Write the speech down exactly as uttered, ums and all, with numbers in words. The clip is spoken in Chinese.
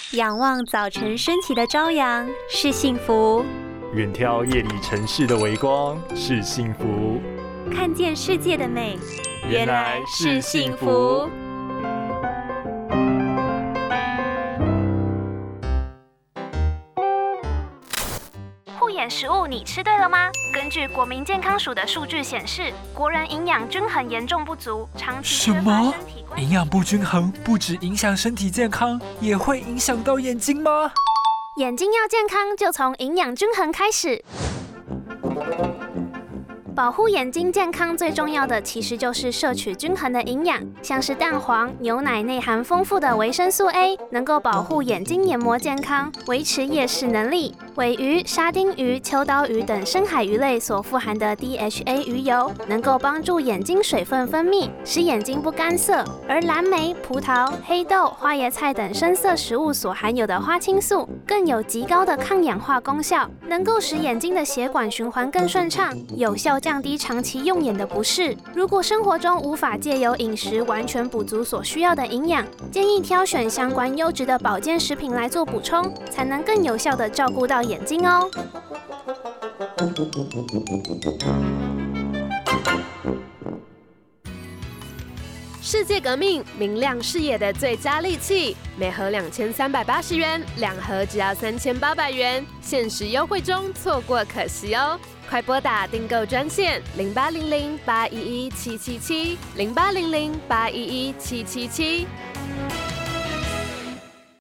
仰望早晨升起的朝阳是幸福， 远眺夜里城市的微光是幸福， 看见世界的美原来是幸福。 护眼食物你吃对了吗？根据国民健康署的数据显示，国人营养均衡严重不足，长期缺乏身体关系。 营养不均衡不只影响身体健康，也会影响到眼睛吗？ 眼睛要健康，就从营养均衡开始。保护眼睛健康最重要的其实就是摄取均衡的营养，像是蛋黄、牛奶内含丰富的维生素 A， 能够保护眼睛黏膜健康，维持夜视能力。鲔鱼、沙丁鱼、秋刀鱼等深海鱼类所富含的 D H A 鱼油，能够帮助眼睛水分分泌，使眼睛不干涩。而蓝莓、葡萄、黑豆、花椰菜等深色食物所含有的花青素，更有极高的抗氧化功效，能够使眼睛的血管循环更顺畅，有效降低长期用眼的不适。如果生活中无法借由饮食完全补足所需要的营养，建议挑选相关优质的保健食品来做补充，才能更有效地照顾到眼睛哦。 世界革命，明亮视野的最佳利器，每盒两千三百八十元，两盒只要三千八百元，限时优惠中，错过可惜哦！快拨打订购专线零八零零八一一七七七零八零零八一一七七七。